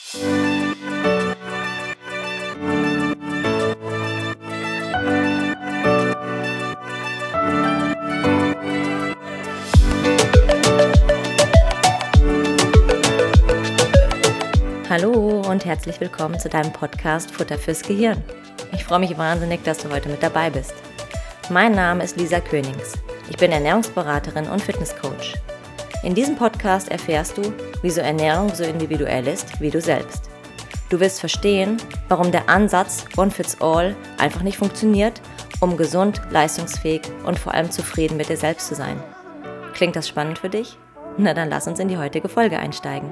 Hallo und herzlich willkommen zu deinem Podcast Futter fürs Gehirn. Ich freue mich wahnsinnig, dass du heute mit dabei bist. Mein Name ist Lisa Königs. Ich bin Ernährungsberaterin und Fitnesscoach. In diesem Podcast erfährst du, wieso Ernährung so individuell ist wie du selbst. Du wirst verstehen, warum der Ansatz One Fits All einfach nicht funktioniert, um gesund, leistungsfähig und vor allem zufrieden mit dir selbst zu sein. Klingt das spannend für dich? Na dann lass uns in die heutige Folge einsteigen.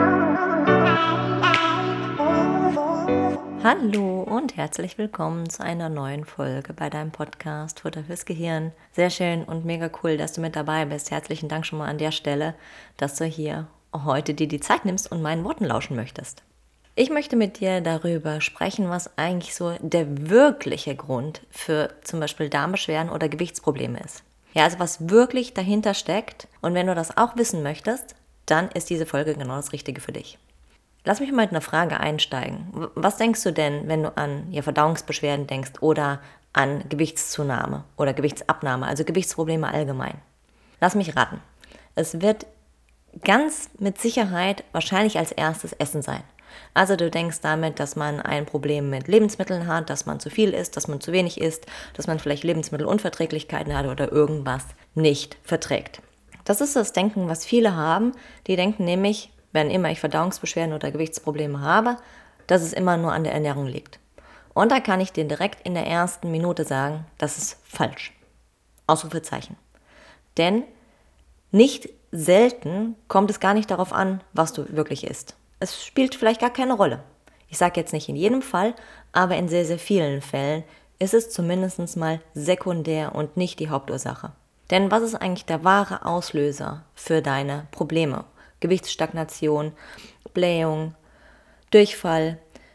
Hallo und herzlich willkommen zu einer neuen Folge bei deinem Podcast Futter fürs Gehirn. Sehr schön und mega cool, dass du mit dabei bist. Herzlichen Dank schon mal an der Stelle, dass du hier heute dir die Zeit nimmst und meinen Worten lauschen möchtest. Ich möchte mit dir darüber sprechen, was eigentlich so der wirkliche Grund für zum Beispiel Darmbeschwerden oder Gewichtsprobleme ist. Ja, also was wirklich dahinter steckt. Und wenn du das auch wissen möchtest, dann ist diese Folge genau das Richtige für dich. Lass mich mal mit einer Frage einsteigen. Was denkst du denn, wenn du an Verdauungsbeschwerden denkst oder an Gewichtszunahme oder Gewichtsabnahme, also Gewichtsprobleme allgemein? Lass mich raten. Es wird ganz mit Sicherheit wahrscheinlich als erstes Essen sein. Also du denkst damit, dass man ein Problem mit Lebensmitteln hat, dass man zu viel isst, dass man zu wenig isst, dass man vielleicht Lebensmittelunverträglichkeiten hat oder irgendwas nicht verträgt. Das ist das Denken, was viele haben. Die denken nämlich, wenn immer ich Verdauungsbeschwerden oder Gewichtsprobleme habe, dass es immer nur an der Ernährung liegt. Und da kann ich dir direkt in der ersten Minute sagen, das ist falsch. Ausrufezeichen. Denn nicht selten kommt es gar nicht darauf an, was du wirklich isst. Es spielt vielleicht gar keine Rolle. Ich sage jetzt nicht in jedem Fall, aber in sehr, sehr vielen Fällen ist es zumindest mal sekundär und nicht die Hauptursache. Denn was ist eigentlich der wahre Auslöser für deine Probleme? Gewichtsstagnation, Blähung, Durchfall,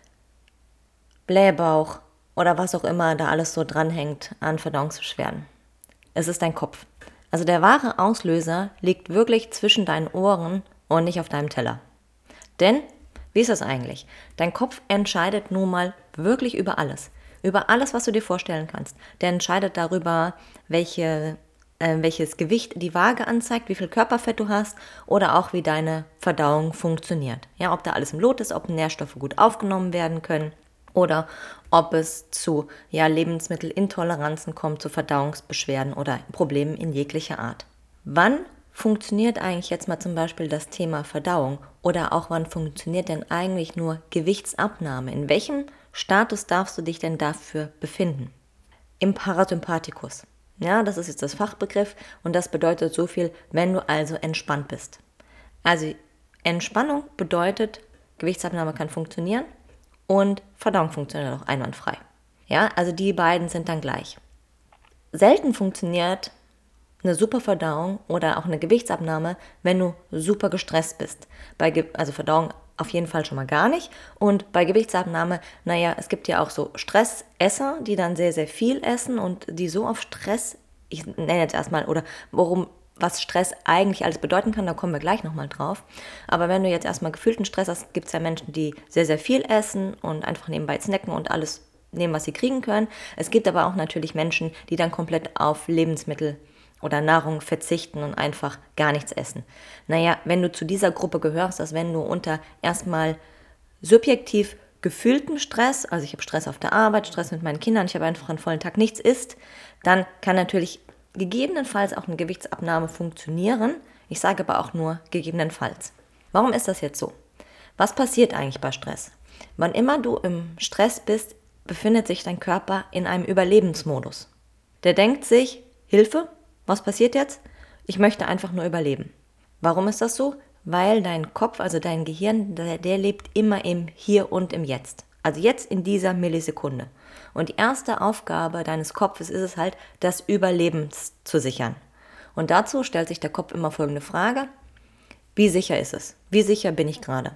Blähbauch oder was auch immer da alles so dranhängt an Verdauungsbeschwerden. Es ist dein Kopf. Also der wahre Auslöser liegt wirklich zwischen deinen Ohren und nicht auf deinem Teller. Denn, wie ist das eigentlich? Dein Kopf entscheidet nun mal wirklich über alles. Über alles, was du dir vorstellen kannst. Der entscheidet darüber, welches Gewicht die Waage anzeigt, wie viel Körperfett du hast oder auch wie deine Verdauung funktioniert. Ja, ob da alles im Lot ist, ob Nährstoffe gut aufgenommen werden können oder ob es zu Lebensmittelintoleranzen kommt, zu Verdauungsbeschwerden oder Problemen in jeglicher Art. Wann funktioniert eigentlich jetzt mal zum Beispiel das Thema Verdauung oder auch wann funktioniert denn eigentlich nur Gewichtsabnahme? In welchem Status darfst du dich denn dafür befinden? Im Parasympathikus. Ja, das ist jetzt das Fachbegriff und das bedeutet so viel, wenn du also entspannt bist. Also Entspannung bedeutet, Gewichtsabnahme kann funktionieren und Verdauung funktioniert auch einwandfrei. Ja, also die beiden sind dann gleich. Selten funktioniert eine super Verdauung oder auch eine Gewichtsabnahme, wenn du super gestresst bist. Also Verdauung auf jeden Fall schon mal gar nicht. Und bei Gewichtsabnahme, es gibt ja auch so Stressesser, die dann sehr, sehr viel essen und die so auf Stress, ich nenne jetzt erstmal, oder was Stress eigentlich alles bedeuten kann, da kommen wir gleich nochmal drauf. Aber wenn du jetzt erstmal gefühlten Stress hast, gibt es ja Menschen, die sehr, sehr viel essen und einfach nebenbei snacken und alles nehmen, was sie kriegen können. Es gibt aber auch natürlich Menschen, die dann komplett auf Lebensmittel oder Nahrung verzichten und einfach gar nichts essen. Wenn du zu dieser Gruppe gehörst, dass wenn du unter erstmal subjektiv gefühltem Stress, also ich habe Stress auf der Arbeit, Stress mit meinen Kindern, ich habe einfach einen vollen Tag nichts isst, dann kann natürlich gegebenenfalls auch eine Gewichtsabnahme funktionieren. Ich sage aber auch nur gegebenenfalls. Warum ist das jetzt so? Was passiert eigentlich bei Stress? Wann immer du im Stress bist, befindet sich dein Körper in einem Überlebensmodus. Der denkt sich, Hilfe, was passiert jetzt? Ich möchte einfach nur überleben. Warum ist das so? Weil dein Kopf, also dein Gehirn, der lebt immer im Hier und im Jetzt. Also jetzt in dieser Millisekunde. Und die erste Aufgabe deines Kopfes ist es halt, das Überleben zu sichern. Und dazu stellt sich der Kopf immer folgende Frage: Wie sicher ist es? Wie sicher bin ich gerade?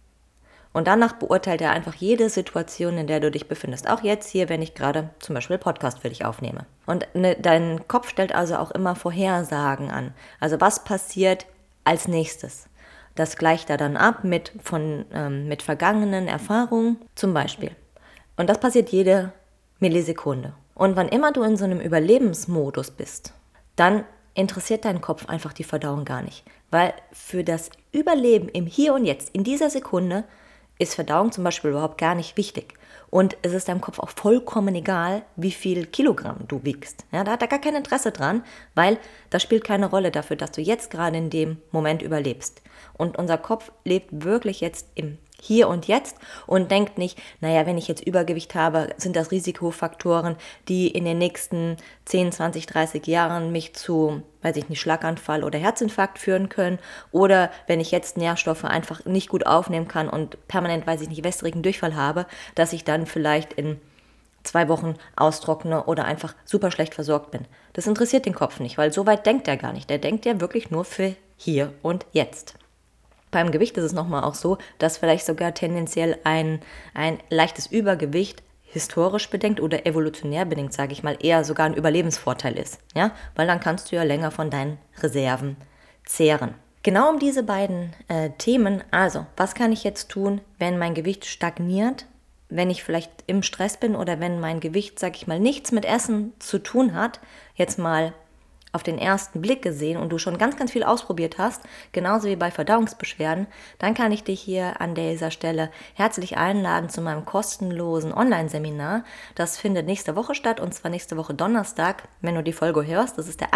Und danach beurteilt er einfach jede Situation, in der du dich befindest. Auch jetzt hier, wenn ich gerade zum Beispiel Podcast für dich aufnehme. Und dein Kopf stellt also auch immer Vorhersagen an. Also was passiert als nächstes? das gleicht er dann ab mit vergangenen Erfahrungen zum Beispiel. Und das passiert jede Millisekunde. Und wann immer du in so einem Überlebensmodus bist, dann interessiert dein Kopf einfach die Verdauung gar nicht. Weil für das Überleben im Hier und Jetzt, in dieser Sekunde, ist Verdauung zum Beispiel überhaupt gar nicht wichtig. Und es ist deinem Kopf auch vollkommen egal, wie viel Kilogramm du wiegst. Ja, da hat er gar kein Interesse dran, weil das spielt keine Rolle dafür, dass du jetzt gerade in dem Moment überlebst. Und unser Kopf lebt wirklich jetzt im Hier und Jetzt und denkt nicht, naja, wenn ich jetzt Übergewicht habe, sind das Risikofaktoren, die in den nächsten 10, 20, 30 Jahren mich zu, weiß ich nicht, Schlaganfall oder Herzinfarkt führen können. Oder wenn ich jetzt Nährstoffe einfach nicht gut aufnehmen kann und permanent, weiß ich nicht, wässrigen Durchfall habe, dass ich dann vielleicht in 2 Wochen austrockne oder einfach super schlecht versorgt bin. Das interessiert den Kopf nicht, weil so weit denkt er gar nicht. Der denkt ja wirklich nur für hier und jetzt. Beim Gewicht ist es nochmal auch so, dass vielleicht sogar tendenziell ein leichtes Übergewicht historisch bedingt oder evolutionär bedingt, sage ich mal, eher sogar ein Überlebensvorteil ist. Ja? Weil dann kannst du ja länger von deinen Reserven zehren. Genau um diese beiden Themen, also was kann ich jetzt tun, wenn mein Gewicht stagniert, wenn ich vielleicht im Stress bin oder wenn mein Gewicht, sage ich mal, nichts mit Essen zu tun hat, jetzt mal auf den ersten Blick gesehen und du schon ganz, ganz viel ausprobiert hast, genauso wie bei Verdauungsbeschwerden, dann kann ich dich hier an dieser Stelle herzlich einladen zu meinem kostenlosen Online-Seminar. Das findet nächste Woche statt und zwar nächste Woche Donnerstag, wenn du die Folge hörst. Das ist der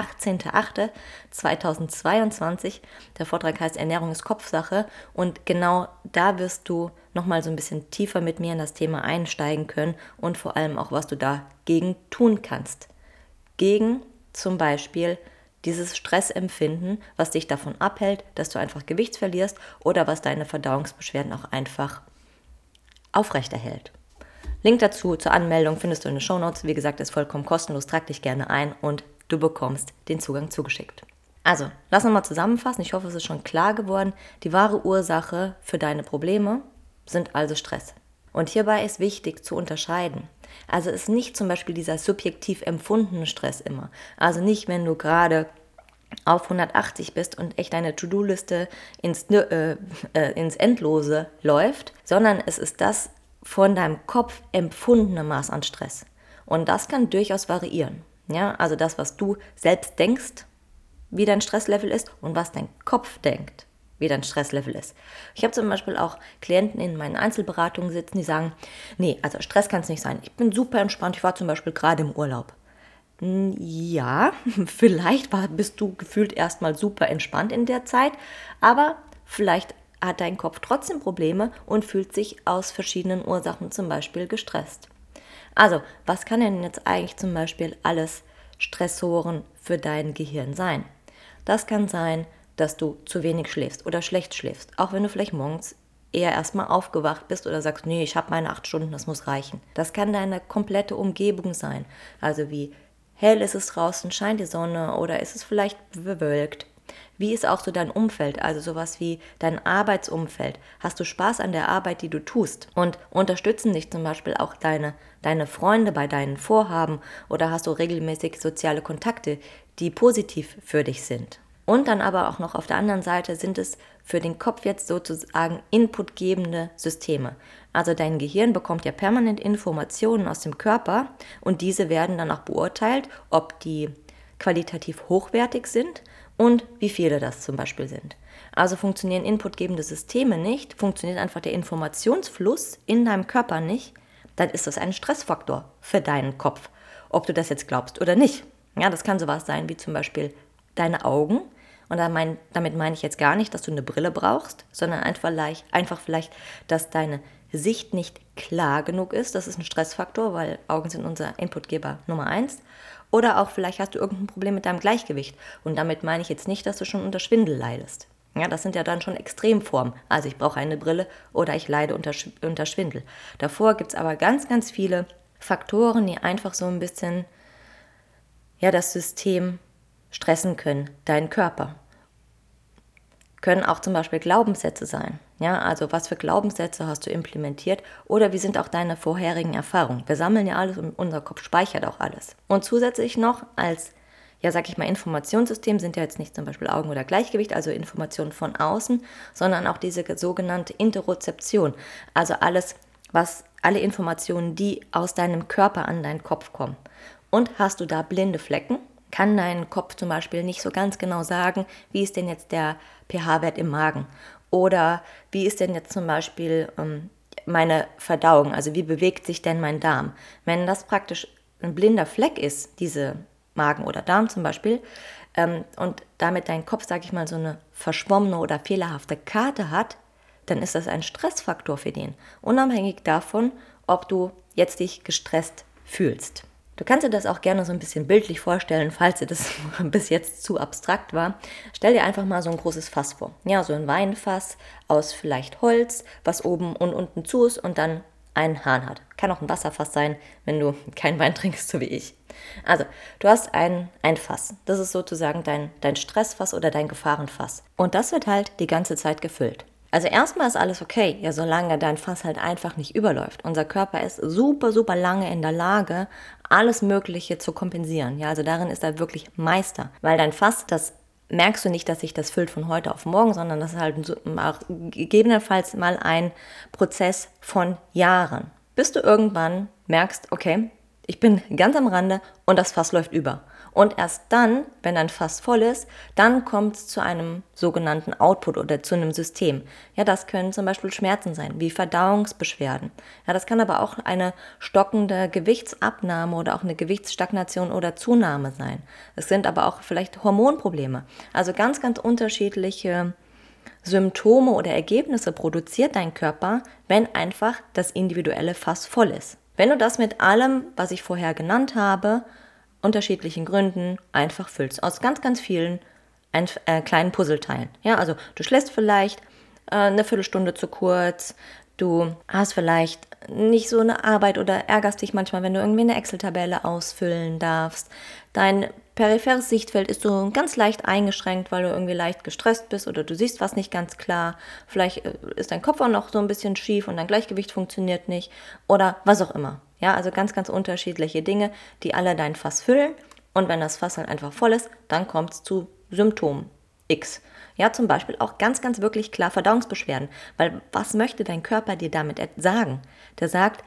18.08.2022. Der Vortrag heißt Ernährung ist Kopfsache und genau da wirst du nochmal so ein bisschen tiefer mit mir in das Thema einsteigen können und vor allem auch, was du dagegen tun kannst. Gegen zum Beispiel dieses Stressempfinden, was dich davon abhält, dass du einfach Gewicht verlierst oder was deine Verdauungsbeschwerden auch einfach aufrechterhält. Link dazu zur Anmeldung findest du in den Shownotes. Wie gesagt, ist vollkommen kostenlos. Trag dich gerne ein und du bekommst den Zugang zugeschickt. Also, lass uns mal zusammenfassen. Ich hoffe, es ist schon klar geworden. Die wahre Ursache für deine Probleme sind also Stress. Und hierbei ist wichtig zu unterscheiden. Also ist nicht zum Beispiel dieser subjektiv empfundene Stress immer. Also nicht, wenn du gerade auf 180 bist und echt deine To-Do-Liste ins Endlose läuft, sondern es ist das von deinem Kopf empfundene Maß an Stress. Und das kann durchaus variieren. Ja? Also das, was du selbst denkst, wie dein Stresslevel ist und was dein Kopf denkt, wie dein Stresslevel ist. Ich habe zum Beispiel auch Klienten in meinen Einzelberatungen sitzen, die sagen, nee, also Stress kann es nicht sein. Ich bin super entspannt, ich war zum Beispiel gerade im Urlaub. Ja, vielleicht bist du gefühlt erstmal super entspannt in der Zeit, aber vielleicht hat dein Kopf trotzdem Probleme und fühlt sich aus verschiedenen Ursachen zum Beispiel gestresst. Also, was kann denn jetzt eigentlich zum Beispiel alles Stressoren für dein Gehirn sein? Das kann sein, dass du zu wenig schläfst oder schlecht schläfst, auch wenn du vielleicht morgens eher erstmal aufgewacht bist oder sagst, nee, ich habe meine 8 Stunden, das muss reichen. Das kann deine komplette Umgebung sein, also wie hell ist es draußen, scheint die Sonne oder ist es vielleicht bewölkt. Wie ist auch so dein Umfeld, also sowas wie dein Arbeitsumfeld? Hast du Spaß an der Arbeit, die du tust? Und unterstützen dich zum Beispiel auch deine Freunde bei deinen Vorhaben oder hast du regelmäßig soziale Kontakte, die positiv für dich sind? Und dann aber auch noch auf der anderen Seite sind es für den Kopf jetzt sozusagen inputgebende Systeme. Also dein Gehirn bekommt ja permanent Informationen aus dem Körper und diese werden dann auch beurteilt, ob die qualitativ hochwertig sind und wie viele das zum Beispiel sind. Also funktionieren inputgebende Systeme nicht, funktioniert einfach der Informationsfluss in deinem Körper nicht, dann ist das ein Stressfaktor für deinen Kopf, ob du das jetzt glaubst oder nicht. Ja, das kann sowas sein wie zum Beispiel deine Augen. Und damit meine ich jetzt gar nicht, dass du eine Brille brauchst, sondern einfach vielleicht, dass deine Sicht nicht klar genug ist. Das ist ein Stressfaktor, weil Augen sind unser Inputgeber Nummer 1. Oder auch vielleicht hast du irgendein Problem mit deinem Gleichgewicht. Und damit meine ich jetzt nicht, dass du schon unter Schwindel leidest. Ja, das sind ja dann schon Extremformen. Also ich brauche eine Brille oder ich leide unter Schwindel. Davor gibt es aber ganz, ganz viele Faktoren, die einfach so ein bisschen das System stressen können, deinen Körper. Können auch zum Beispiel Glaubenssätze sein. Ja, also was für Glaubenssätze hast du implementiert oder wie sind auch deine vorherigen Erfahrungen? Wir sammeln ja alles und unser Kopf speichert auch alles. Und zusätzlich noch als ja, sag ich mal, Informationssystem sind ja jetzt nicht zum Beispiel Augen oder Gleichgewicht, also Informationen von außen, sondern auch diese sogenannte Interozeption. Also alle Informationen, die aus deinem Körper an deinen Kopf kommen. Und hast du da blinde Flecken, kann dein Kopf zum Beispiel nicht so ganz genau sagen, wie ist denn jetzt der pH-Wert im Magen oder wie ist denn jetzt zum Beispiel meine Verdauung, also wie bewegt sich denn mein Darm. Wenn das praktisch ein blinder Fleck ist, diese Magen oder Darm zum Beispiel, und damit dein Kopf, sag ich mal, so eine verschwommene oder fehlerhafte Karte hat, dann ist das ein Stressfaktor für den, unabhängig davon, ob du jetzt dich gestresst fühlst. Du kannst dir das auch gerne so ein bisschen bildlich vorstellen, falls dir das bis jetzt zu abstrakt war. Stell dir einfach mal so ein großes Fass vor. Ja, so ein Weinfass aus vielleicht Holz, was oben und unten zu ist und dann einen Hahn hat. Kann auch ein Wasserfass sein, wenn du keinen Wein trinkst, so wie ich. Also, du hast ein Fass. Das ist sozusagen dein Stressfass oder dein Gefahrenfass. Und das wird halt die ganze Zeit gefüllt. Also erstmal ist alles okay, ja, solange dein Fass halt einfach nicht überläuft. Unser Körper ist super, super lange in der Lage, alles Mögliche zu kompensieren. Ja, also darin ist er wirklich Meister. Weil dein Fass, das merkst du nicht, dass sich das füllt von heute auf morgen, sondern das ist halt auch gegebenenfalls mal ein Prozess von Jahren. Bis du irgendwann merkst, okay, ich bin ganz am Rande und das Fass läuft über. Und erst dann, wenn dein Fass voll ist, dann kommt es zu einem sogenannten Output oder zu einem System. Ja, das können zum Beispiel Schmerzen sein, wie Verdauungsbeschwerden. Ja, das kann aber auch eine stockende Gewichtsabnahme oder auch eine Gewichtsstagnation oder Zunahme sein. Es sind aber auch vielleicht Hormonprobleme. Also ganz, ganz unterschiedliche Symptome oder Ergebnisse produziert dein Körper, wenn einfach das individuelle Fass voll ist. Wenn du das mit allem, was ich vorher genannt habe, unterschiedlichen Gründen einfach füllst. Aus ganz, ganz vielen kleinen Puzzleteilen. Ja, also du schläfst vielleicht eine Viertelstunde zu kurz, du hast vielleicht nicht so eine Arbeit oder ärgerst dich manchmal, wenn du irgendwie eine Excel-Tabelle ausfüllen darfst. Dein peripheres Sichtfeld ist so ganz leicht eingeschränkt, weil du irgendwie leicht gestresst bist oder du siehst was nicht ganz klar. Vielleicht ist dein Kopf auch noch so ein bisschen schief und dein Gleichgewicht funktioniert nicht oder was auch immer. Ja, also ganz, ganz unterschiedliche Dinge, die alle dein Fass füllen. Und wenn das Fass halt einfach voll ist, dann kommt es zu Symptomen X. Ja, zum Beispiel auch ganz, ganz wirklich klar Verdauungsbeschwerden. Weil was möchte dein Körper dir damit sagen? Der sagt,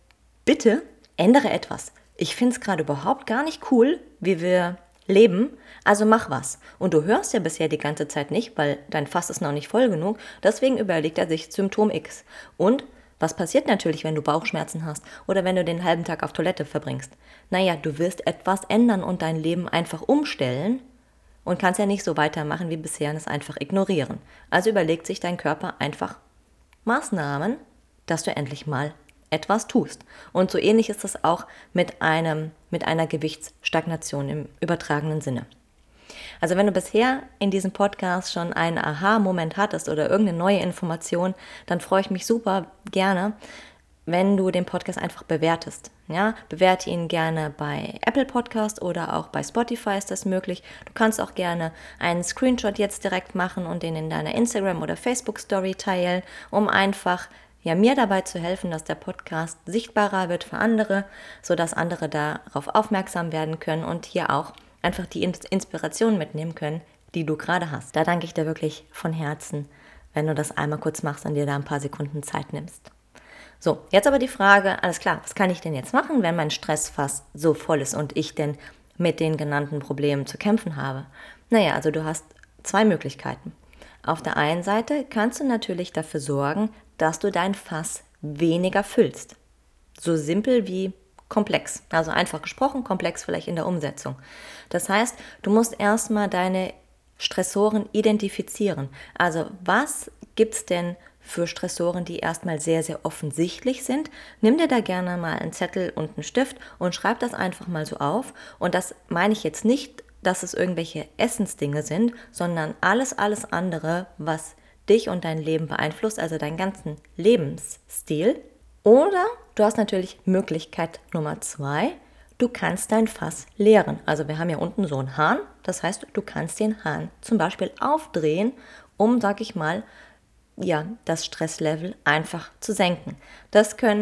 bitte ändere etwas. Ich finde es gerade überhaupt gar nicht cool, wie wir leben, also mach was. Und du hörst ja bisher die ganze Zeit nicht, weil dein Fass ist noch nicht voll genug. Deswegen überlegt er sich Symptom X. Und was passiert natürlich, wenn du Bauchschmerzen hast oder wenn du den halben Tag auf Toilette verbringst? Naja, du wirst etwas ändern und dein Leben einfach umstellen und kannst ja nicht so weitermachen wie bisher und es einfach ignorieren. Also überlegt sich dein Körper einfach Maßnahmen, dass du endlich mal etwas tust. Und so ähnlich ist es auch mit einer Gewichtsstagnation im übertragenen Sinne. Also wenn du bisher in diesem Podcast schon einen Aha-Moment hattest oder irgendeine neue Information, dann freue ich mich super gerne, wenn du den Podcast einfach bewertest. Ja, bewerte ihn gerne bei Apple Podcast oder auch bei Spotify ist das möglich. Du kannst auch gerne einen Screenshot jetzt direkt machen und den in deiner Instagram- oder Facebook-Story teilen, um einfach mir dabei zu helfen, dass der Podcast sichtbarer wird für andere, sodass andere darauf aufmerksam werden können und hier auch einfach die Inspiration mitnehmen können, die du gerade hast. Da danke ich dir wirklich von Herzen, wenn du das einmal kurz machst und dir da ein paar Sekunden Zeit nimmst. So, jetzt aber die Frage, alles klar, was kann ich denn jetzt machen, wenn mein Stressfass so voll ist und ich denn mit den genannten Problemen zu kämpfen habe? Naja, also du hast zwei Möglichkeiten. Auf der einen Seite kannst du natürlich dafür sorgen, dass du dein Fass weniger füllst. So simpel wie komplex. Also einfach gesprochen, komplex vielleicht in der Umsetzung. Das heißt, du musst erstmal deine Stressoren identifizieren. Also was gibt es denn für Stressoren, die erstmal sehr, sehr offensichtlich sind? Nimm dir da gerne mal einen Zettel und einen Stift und schreib das einfach mal so auf. Und das meine ich jetzt nicht, dass es irgendwelche Essensdinge sind, sondern alles andere, was dich und dein Leben beeinflusst, also deinen ganzen Lebensstil. Oder du hast natürlich Möglichkeit Nummer 2, du kannst dein Fass leeren. Also wir haben ja unten so einen Hahn, das heißt, du kannst den Hahn zum Beispiel aufdrehen, um, sag ich mal, das Stresslevel einfach zu senken. Das können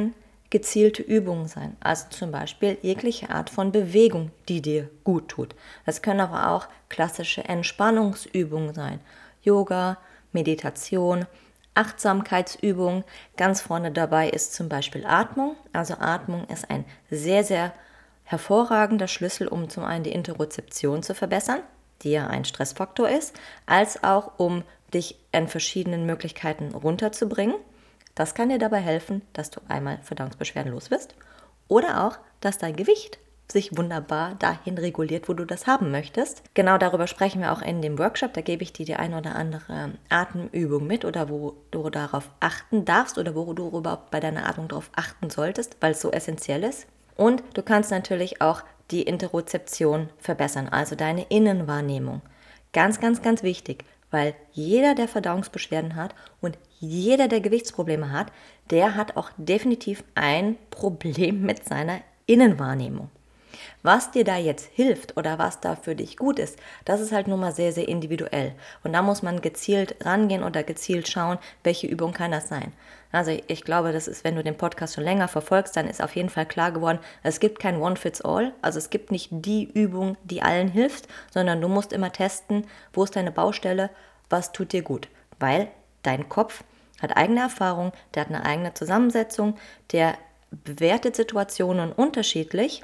gezielte Übungen sein, also zum Beispiel jegliche Art von Bewegung, die dir gut tut. Das können aber auch klassische Entspannungsübungen sein, Yoga, Meditation, Achtsamkeitsübungen. Ganz vorne dabei ist zum Beispiel Atmung. Also Atmung ist ein sehr, sehr hervorragender Schlüssel, um zum einen die Interozeption zu verbessern, die ja ein Stressfaktor ist, als auch um dich an verschiedenen Möglichkeiten runterzubringen. Das kann dir dabei helfen, dass du einmal Verdauungsbeschwerden los wirst oder auch, dass dein Gewicht sich wunderbar dahin reguliert, wo du das haben möchtest. Genau darüber sprechen wir auch in dem Workshop. Da gebe ich dir die ein oder andere Atemübung mit oder wo du darauf achten darfst oder wo du überhaupt bei deiner Atmung darauf achten solltest, weil es so essentiell ist. Und du kannst natürlich auch die Interozeption verbessern, also deine Innenwahrnehmung. Ganz, ganz, ganz wichtig, weil jeder, der Verdauungsbeschwerden hat und jeder, der Gewichtsprobleme hat, der hat auch definitiv ein Problem mit seiner Innenwahrnehmung. Was dir da jetzt hilft oder was da für dich gut ist, das ist halt nun mal sehr, sehr individuell. Und da muss man gezielt rangehen oder gezielt schauen, welche Übung kann das sein. Also ich glaube, das ist, wenn du den Podcast schon länger verfolgst, dann ist auf jeden Fall klar geworden, es gibt kein One-Fits-All. Also es gibt nicht die Übung, die allen hilft, sondern du musst immer testen, wo ist deine Baustelle, was tut dir gut. Weil dein Kopf hat eigene Erfahrung, der hat eine eigene Zusammensetzung, der bewertet Situationen unterschiedlich.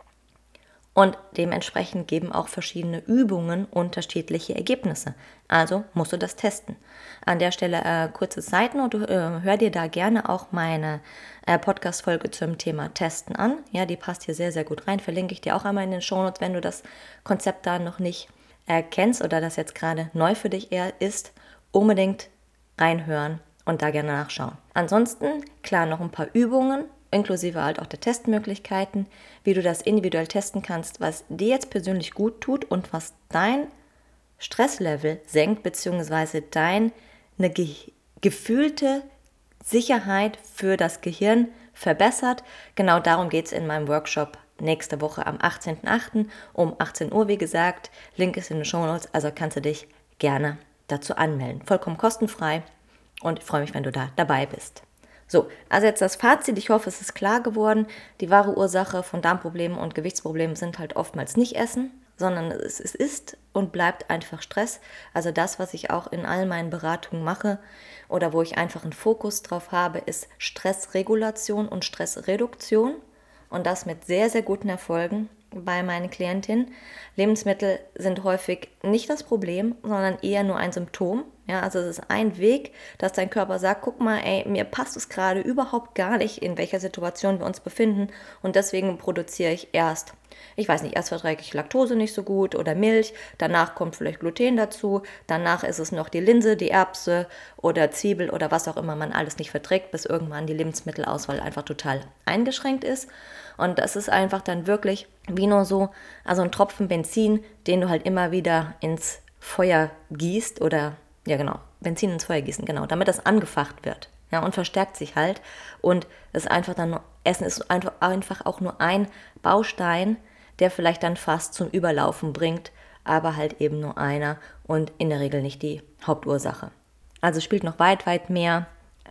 Und dementsprechend geben auch verschiedene Übungen unterschiedliche Ergebnisse. Also musst du das testen. An der Stelle kurze Seitennote, hör dir da gerne auch meine Podcast-Folge zum Thema Testen an. Ja, die passt hier sehr, sehr gut rein. Verlinke ich dir auch einmal in den Shownotes, wenn du das Konzept da noch nicht kennst oder das jetzt gerade neu für dich eher ist. Unbedingt reinhören und da gerne nachschauen. Ansonsten, klar, noch ein paar Übungen, inklusive halt auch der Testmöglichkeiten, wie du das individuell testen kannst, was dir jetzt persönlich gut tut und was dein Stresslevel senkt, beziehungsweise deine gefühlte Sicherheit für das Gehirn verbessert. Genau darum geht es in meinem Workshop nächste Woche am 18.08. um 18 Uhr, wie gesagt. Link ist in den Shownotes, also kannst du dich gerne dazu anmelden. Vollkommen kostenfrei und ich freue mich, wenn du da dabei bist. So, also jetzt das Fazit, ich hoffe, es ist klar geworden, die wahre Ursache von Darmproblemen und Gewichtsproblemen sind halt oftmals nicht Essen, sondern es ist und bleibt einfach Stress. Also das, was ich auch in all meinen Beratungen mache oder wo ich einfach einen Fokus drauf habe, ist Stressregulation und Stressreduktion und das mit sehr, sehr guten Erfolgen bei meinen Klientinnen. Lebensmittel sind häufig nicht das Problem, sondern eher nur ein Symptom. Ja, also es ist ein Weg, dass dein Körper sagt, guck mal, ey, mir passt es gerade überhaupt gar nicht, in welcher Situation wir uns befinden und deswegen produziere ich erst verträge ich Laktose nicht so gut oder Milch, danach kommt vielleicht Gluten dazu, danach ist es noch die Linse, die Erbse oder Zwiebel oder was auch immer man alles nicht verträgt, bis irgendwann die Lebensmittelauswahl einfach total eingeschränkt ist. Und das ist einfach dann wirklich wie nur so, also ein Tropfen Benzin, den du halt immer wieder ins Feuer gießt oder, ja genau, Benzin ins Feuer gießen, genau, damit das angefacht wird. Ja, und verstärkt sich halt. Und es ist einfach dann, Essen ist einfach auch nur ein Baustein, der vielleicht dann fast zum Überlaufen bringt, aber halt eben nur einer und in der Regel nicht die Hauptursache. Also spielt noch weit, weit mehr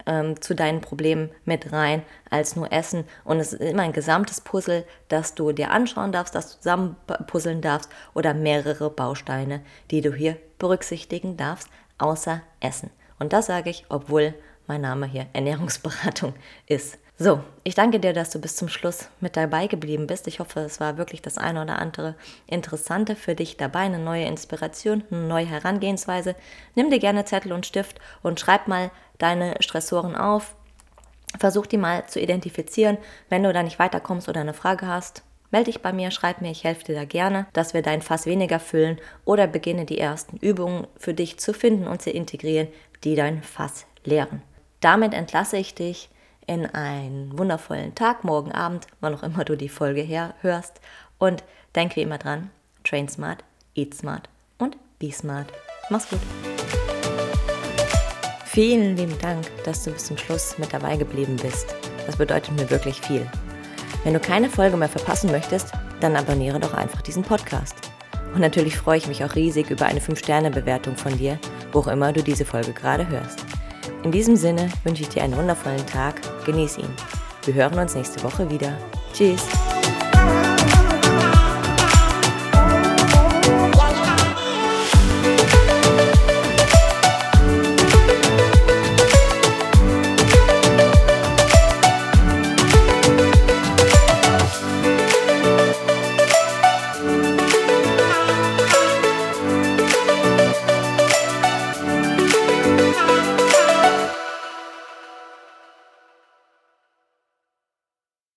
zu deinen Problemen mit rein als nur Essen. Und es ist immer ein gesamtes Puzzle, das du dir anschauen darfst, das du zusammen puzzeln darfst oder mehrere Bausteine, die du hier berücksichtigen darfst, außer Essen. Und das sage ich, obwohl mein Name hier Ernährungsberatung ist. So, ich danke dir, dass du bis zum Schluss mit dabei geblieben bist. Ich hoffe, es war wirklich das eine oder andere Interessante für dich dabei, eine neue Inspiration, eine neue Herangehensweise. Nimm dir gerne Zettel und Stift und schreib mal deine Stressoren auf. Versuch die mal zu identifizieren. Wenn du da nicht weiterkommst oder eine Frage hast, melde dich bei mir, schreib mir, ich helfe dir da gerne, dass wir dein Fass weniger füllen oder beginne die ersten Übungen für dich zu finden und zu integrieren, die dein Fass leeren. Damit entlasse ich dich in einen wundervollen Tag, morgen Abend, wann auch immer du die Folge hörst. Und denk wie immer dran, train smart, eat smart und be smart. Mach's gut. Vielen lieben Dank, dass du bis zum Schluss mit dabei geblieben bist. Das bedeutet mir wirklich viel. Wenn du keine Folge mehr verpassen möchtest, dann abonniere doch einfach diesen Podcast. Und natürlich freue ich mich auch riesig über eine 5-Sterne-Bewertung von dir, wo auch immer du diese Folge gerade hörst. In diesem Sinne wünsche ich dir einen wundervollen Tag, genieß ihn. Wir hören uns nächste Woche wieder. Tschüss!